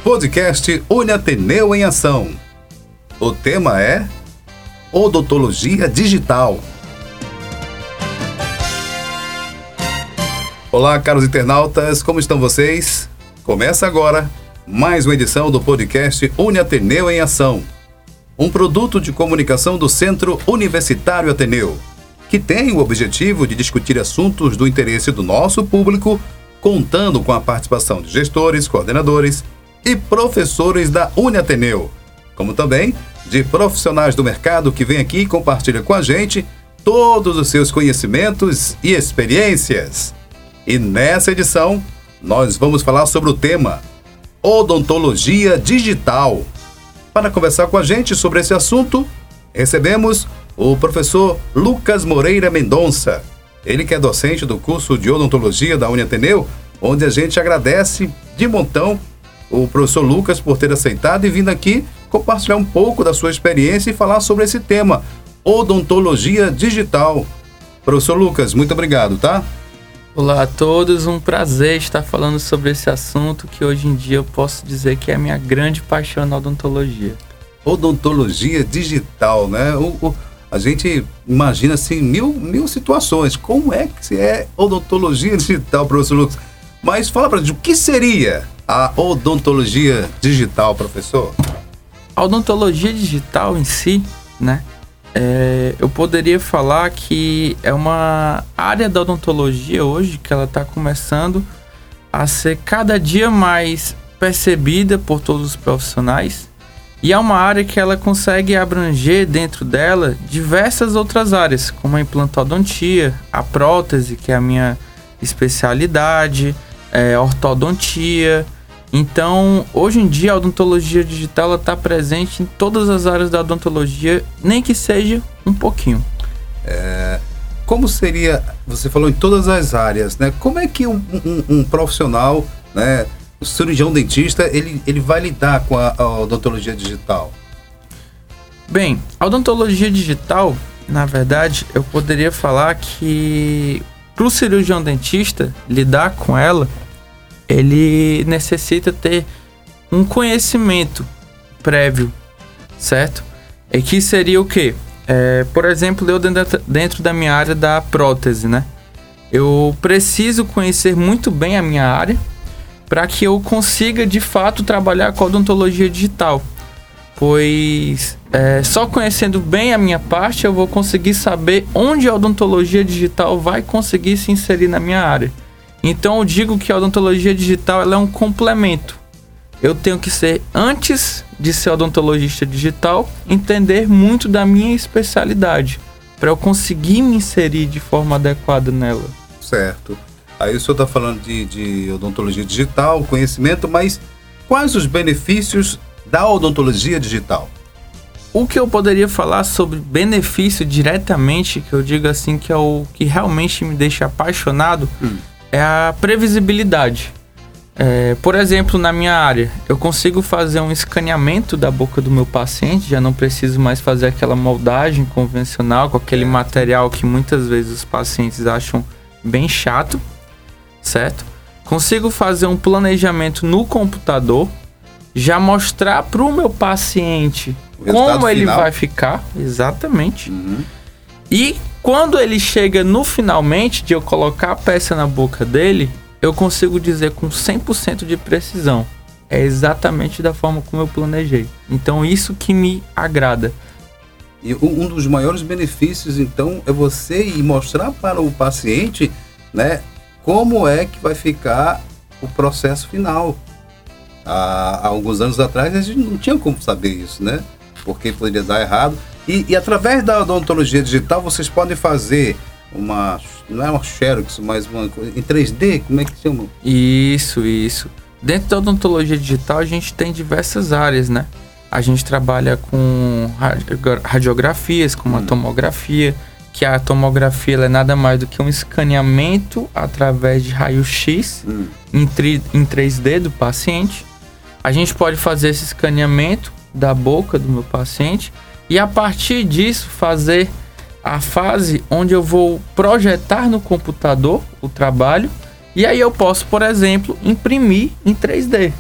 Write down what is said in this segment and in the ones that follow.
podcast Uniateneu em Ação. O tema é Odontologia Digital. Olá, caros internautas, como estão vocês? Começa agora mais uma edição do podcast Uniateneu em Ação, um produto de comunicação do Centro Universitário Ateneu, que tem o objetivo de discutir assuntos do interesse do nosso público, contando com a participação de gestores, coordenadores e professores da Uniateneu, como também de profissionais do mercado que vêm aqui e compartilham com a gente todos os seus conhecimentos e experiências. E nessa edição, nós vamos falar sobre o tema Odontologia Digital. Para conversar com a gente sobre esse assunto, recebemos o professor Lucas Moreira Mendonça. Ele que é docente do curso de Odontologia da Uniateneu, onde a gente agradece de montão o professor Lucas por ter aceitado e vindo aqui compartilhar um pouco da sua experiência e falar sobre esse tema, Odontologia Digital. Professor Lucas, muito obrigado, tá? Olá a todos, um prazer estar falando sobre esse assunto que hoje em dia eu posso dizer que é a minha grande paixão na odontologia. Odontologia digital, né? A gente imagina assim mil situações. Como é que é odontologia digital, professor Lucas? Mas fala pra gente, o que seria a odontologia digital, professor? A odontologia digital em si, né? Eu poderia falar que é uma área da odontologia hoje que ela está começando a ser cada dia mais percebida por todos os profissionais. E é uma área que ela consegue abranger dentro dela diversas outras áreas, como a implantodontia, a prótese, que é a minha especialidade, ortodontia. Então, hoje em dia, a odontologia digital está presente em todas as áreas da odontologia, nem que seja um pouquinho. Como seria, você falou em todas as áreas, né? Como é que um profissional, né, o cirurgião dentista, ele vai lidar com a odontologia digital? Bem, a odontologia digital, na verdade, eu poderia falar que para o cirurgião dentista lidar com ela, ele necessita ter um conhecimento prévio, certo? E que seria o quê? Por exemplo, eu dentro da minha área da prótese, né? Eu preciso conhecer muito bem a minha área para que eu consiga, de fato, trabalhar com a odontologia digital. Pois só conhecendo bem a minha parte, eu vou conseguir saber onde a odontologia digital vai conseguir se inserir na minha área. Então eu digo que a odontologia digital ela é um complemento. Eu tenho que ser, antes de ser odontologista digital, entender muito da minha especialidade, para eu conseguir me inserir de forma adequada nela. Certo. Aí o senhor está falando de odontologia digital, conhecimento, mas quais os benefícios da odontologia digital? O que eu poderia falar sobre benefício diretamente, que eu digo assim que é o que realmente me deixa apaixonado, é a previsibilidade. Por exemplo, na minha área, eu consigo fazer um escaneamento da boca do meu paciente, já não preciso mais fazer aquela moldagem convencional com aquele material que muitas vezes os pacientes acham bem chato, certo? Consigo fazer um planejamento no computador, já mostrar para o meu paciente como ele vai ficar, exatamente. E quando ele chega no finalmente de eu colocar a peça na boca dele, eu consigo dizer com 100% de precisão. É exatamente da forma como eu planejei. Então isso que me agrada. E um dos maiores benefícios, então, é você ir mostrar para o paciente, né, como é que vai ficar o processo final. Há alguns anos atrás a gente não tinha como saber isso, né? Porque poderia dar errado. E através da odontologia digital vocês podem fazer não é uma xerox, mas em 3D, como é que chama? Isso. Dentro da odontologia digital a gente tem diversas áreas, né? A gente trabalha com radiografias, como a tomografia, que a tomografia ela é nada mais do que um escaneamento através de raio-x em 3D do paciente. A gente pode fazer esse escaneamento da boca do meu paciente e a partir disso fazer a fase onde eu vou projetar no computador o trabalho e aí eu posso, por exemplo, imprimir em 3D.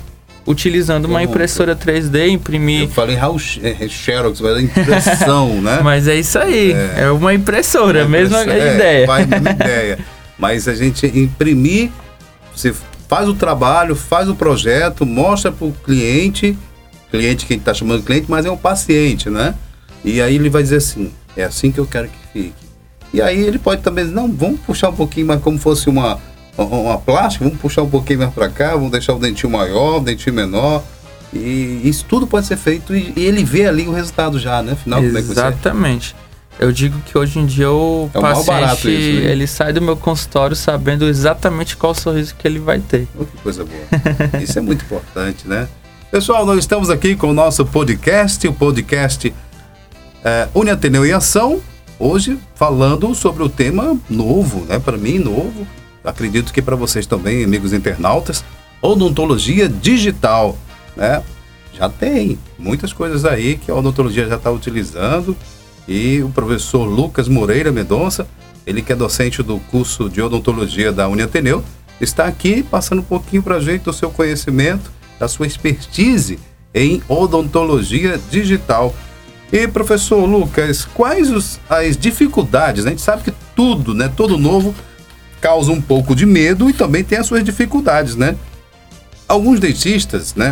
utilizando uma impressora 3D, imprimir... Eu falei Xerox, vai dar impressão, né? Mas é isso aí, é uma impressora, mesma ideia. Vai, mesma ideia. Mas a gente imprimir, você faz o trabalho, faz o projeto, mostra para o cliente que a gente está chamando de cliente, mas é um paciente, né? E aí ele vai dizer assim, é assim que eu quero que fique. E aí ele pode também dizer, não, vamos puxar um pouquinho mais como fosse uma plástica, vamos puxar um pouquinho mais para cá, vamos deixar o dentinho maior, o dentinho menor. E isso tudo pode ser feito e ele vê ali o resultado já, né? Afinal, exatamente. Eu digo que hoje em dia o paciente, isso, né? Ele sai do meu consultório sabendo exatamente qual sorriso que ele vai ter. Oh, que coisa boa. Isso é muito importante, né? Pessoal, nós estamos aqui com o nosso podcast, o podcast Uniateneu em Ação, hoje falando sobre o tema novo, né? Para mim, novo. Acredito que para vocês também, amigos internautas, odontologia digital, né? Já tem muitas coisas aí que a odontologia já está utilizando e o professor Lucas Moreira Mendonça, ele que é docente do curso de odontologia da Uniateneu, está aqui passando um pouquinho para a gente do seu conhecimento, da sua expertise em odontologia digital. E professor Lucas, quais as dificuldades? A gente sabe que tudo, né, todo novo causa um pouco de medo e também tem as suas dificuldades, né? Alguns dentistas, né,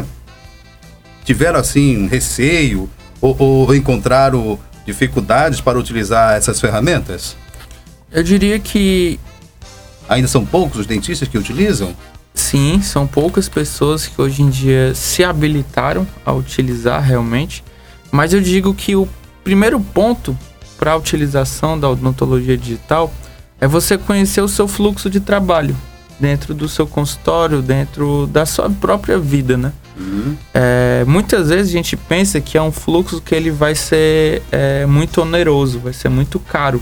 tiveram assim receio ou encontraram dificuldades para utilizar essas ferramentas? Eu diria que ainda são poucos os dentistas que utilizam? Sim, são poucas pessoas que hoje em dia se habilitaram a utilizar realmente, mas eu digo que o primeiro ponto para a utilização da odontologia digital é você conhecer o seu fluxo de trabalho dentro do seu consultório, dentro da sua própria vida, né? Uhum. Muitas vezes a gente pensa que é um fluxo que ele vai ser muito oneroso, vai ser muito caro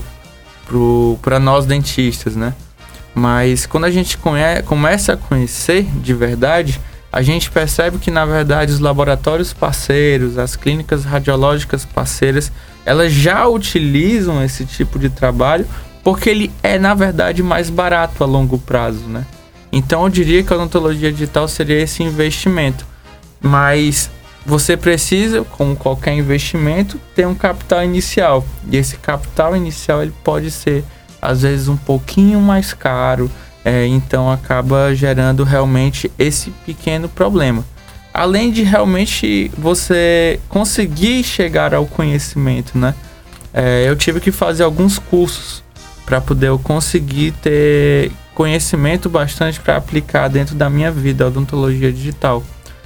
para nós dentistas, né? Mas quando a gente começa a conhecer de verdade, a gente percebe que, na verdade, os laboratórios parceiros, as clínicas radiológicas parceiras, elas já utilizam esse tipo de trabalho porque ele é, na verdade, mais barato a longo prazo, né? Então, eu diria que a odontologia digital seria esse investimento. Mas você precisa, como qualquer investimento, ter um capital inicial. E esse capital inicial ele pode ser, às vezes, um pouquinho mais caro. Então, acaba gerando realmente esse pequeno problema. Além de realmente você conseguir chegar ao conhecimento, né? Eu tive que fazer alguns cursos para poder eu conseguir ter conhecimento bastante para aplicar dentro da minha vida, a odontologia digital.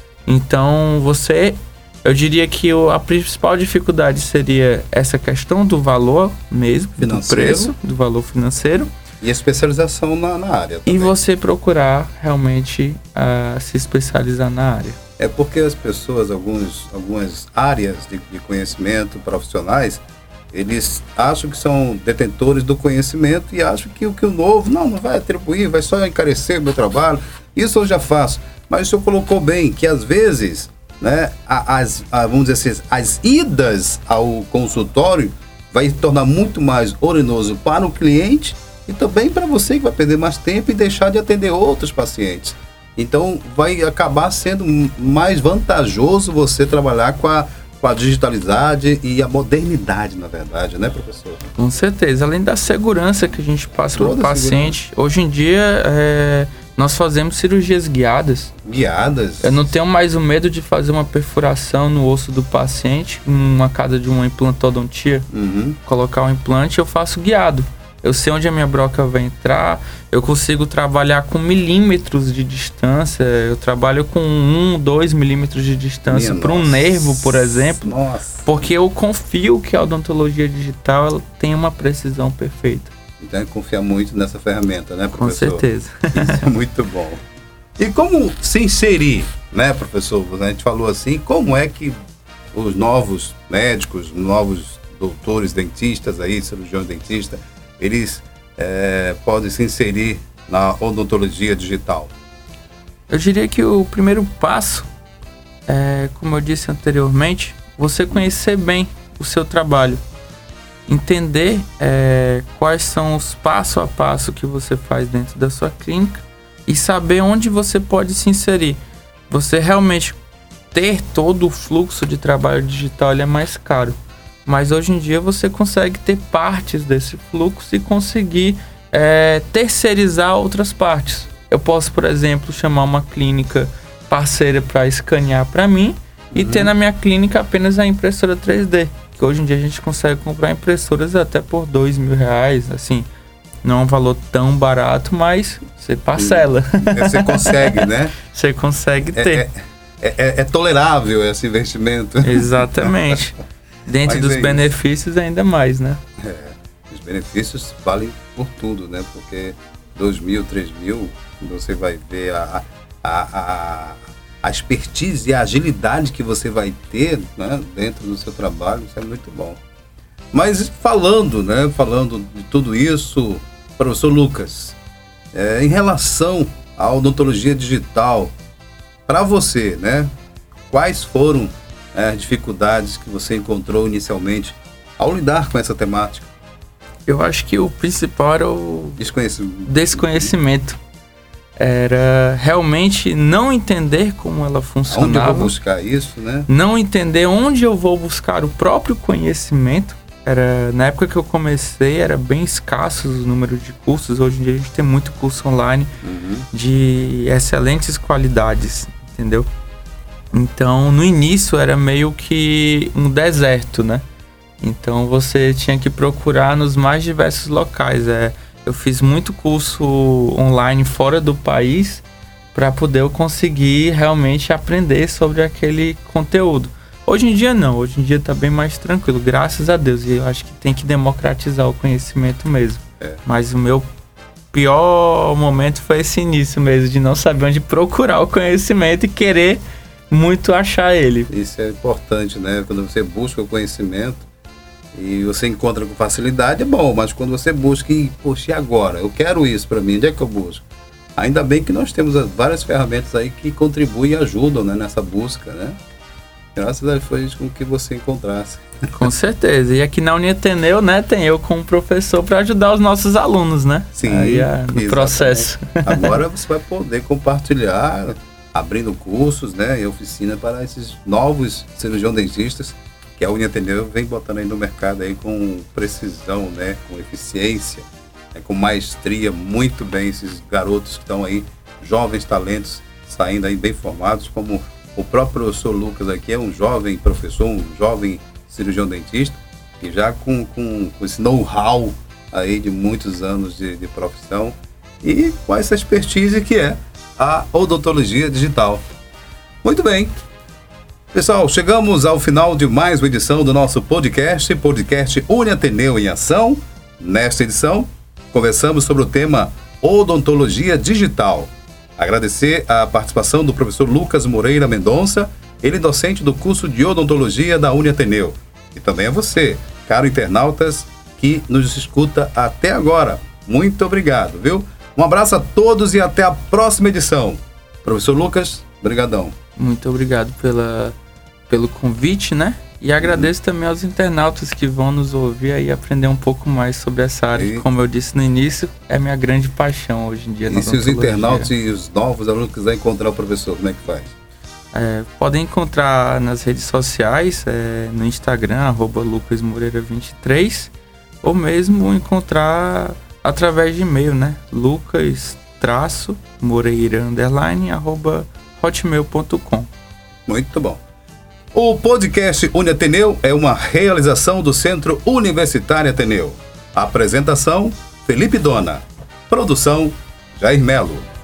Então, eu diria que a principal dificuldade seria essa questão do valor mesmo, financeiro, do preço, do valor financeiro. E a especialização na área também. E você procurar realmente se especializar na área. É porque as pessoas, algumas áreas de conhecimento profissionais, eles acham que são detentores do conhecimento e acham que o novo não vai atribuir, vai só encarecer o meu trabalho. Isso eu já faço. Mas o senhor colocou bem que às vezes, né, vamos dizer assim, as idas ao consultório vai tornar muito mais oneroso para o cliente e também para você, que vai perder mais tempo e deixar de atender outros pacientes. Então vai acabar sendo mais vantajoso você trabalhar com a digitalidade e a modernidade, na verdade, né, professor? Com certeza. Além da segurança que a gente passa para o paciente, hoje em dia nós fazemos cirurgias guiadas. Guiadas? Eu não tenho mais o medo de fazer uma perfuração no osso do paciente, uma casa de uma implantodontia, colocar um implante, eu faço guiado. Eu sei onde a minha broca vai entrar, eu consigo trabalhar com milímetros de distância, eu trabalho com 2 milímetros de distância para um nervo, por exemplo, porque eu confio que a odontologia digital ela tem uma precisão perfeita. Então, confiar muito nessa ferramenta, né, professor? Com certeza. Isso é muito bom. E como se inserir, né, professor? A gente falou assim, como é que os novos médicos, novos doutores dentistas aí, cirurgiões dentistas, eles podem se inserir na odontologia digital? Eu diria que o primeiro passo como eu disse anteriormente, você conhecer bem o seu trabalho. Entender quais são os passo a passo que você faz dentro da sua clínica e saber onde você pode se inserir. você realmente ter todo o fluxo de trabalho digital ele é mais caro. Mas hoje em dia você consegue ter partes desse fluxo e conseguir terceirizar outras partes. Eu posso, por exemplo, chamar uma clínica parceira para escanear para mim e ter na minha clínica apenas a impressora 3D. Que hoje em dia a gente consegue comprar impressoras até por R$2.000, assim. Não é um valor tão barato, mas você parcela. Você consegue, né? Você consegue ter. É tolerável esse investimento. Exatamente. Dentro dos benefícios ainda mais, né? Os benefícios valem por tudo, né? Porque 2.000, 3.000, você vai ver a expertise e a agilidade que você vai ter, né, dentro do seu trabalho. Isso é muito bom. Mas falando de tudo isso, professor Lucas, em relação à odontologia digital, para você, né, quais foram as dificuldades que você encontrou inicialmente ao lidar com essa temática? Eu acho que o principal era o desconhecimento. Era realmente não entender como ela funcionava. Onde eu vou buscar isso, né? Não entender onde eu vou buscar o próprio conhecimento. Na época que eu comecei, era bem escasso o número de cursos. Hoje em dia a gente tem muito curso online de excelentes qualidades, entendeu? Então, no início era meio que um deserto, né? Então, você tinha que procurar nos mais diversos locais. Eu fiz muito curso online fora do país para poder eu conseguir realmente aprender sobre aquele conteúdo. Hoje em dia não, hoje em dia tá bem mais tranquilo, graças a Deus. E eu acho que tem que democratizar o conhecimento mesmo. Mas o meu pior momento foi esse início mesmo, de não saber onde procurar o conhecimento e querer muito achar ele. Isso é importante, né? Quando você busca o conhecimento e você encontra com facilidade, é bom, mas quando você busca e, poxa, e agora? Eu quero isso para mim, onde é que eu busco? Ainda bem que nós temos várias ferramentas aí que contribuem e ajudam, né, nessa busca, né? Graças a Deus foi isso com que você encontrasse. Com certeza. E aqui na Uniateneu, né, tem eu como professor para ajudar os nossos alunos, né? Sim, no processo. Agora você vai poder compartilhar, abrindo cursos, né, e oficina para esses novos cirurgião-dentistas que a Uniateneu vem botando aí no mercado aí com precisão, né, com eficiência, com maestria, muito bem esses garotos que estão aí, jovens talentos, saindo aí bem formados, como o próprio professor Lucas aqui é um jovem professor, um jovem cirurgião-dentista, e já com esse know-how aí de muitos anos de profissão e com essa expertise que é a odontologia digital. Muito bem. Pessoal, chegamos ao final de mais uma edição do nosso podcast Uniateneu em Ação. Nesta edição, conversamos sobre o tema odontologia digital. Agradecer a participação do professor Lucas Moreira Mendonça, ele docente do curso de odontologia da Uniateneu. E também a você, caro internautas, que nos escuta até agora. Muito obrigado, viu? Um abraço a todos e até a próxima edição. Professor Lucas, brigadão. Muito obrigado pelo convite, né? E agradeço também aos internautas que vão nos ouvir e aprender um pouco mais sobre essa área, que, como eu disse no início, é minha grande paixão hoje em dia. E se os internautas e os novos alunos quiserem encontrar o professor, como é que faz? Podem encontrar nas redes sociais, no Instagram, @lucasmoreira23, ou mesmo encontrar através de e-mail, né? lucas_moreira_hotmail.com. Muito bom. O podcast Uniateneu é uma realização do Centro Universitário Ateneu. Apresentação, Felipe Dona. Produção, Jair Melo.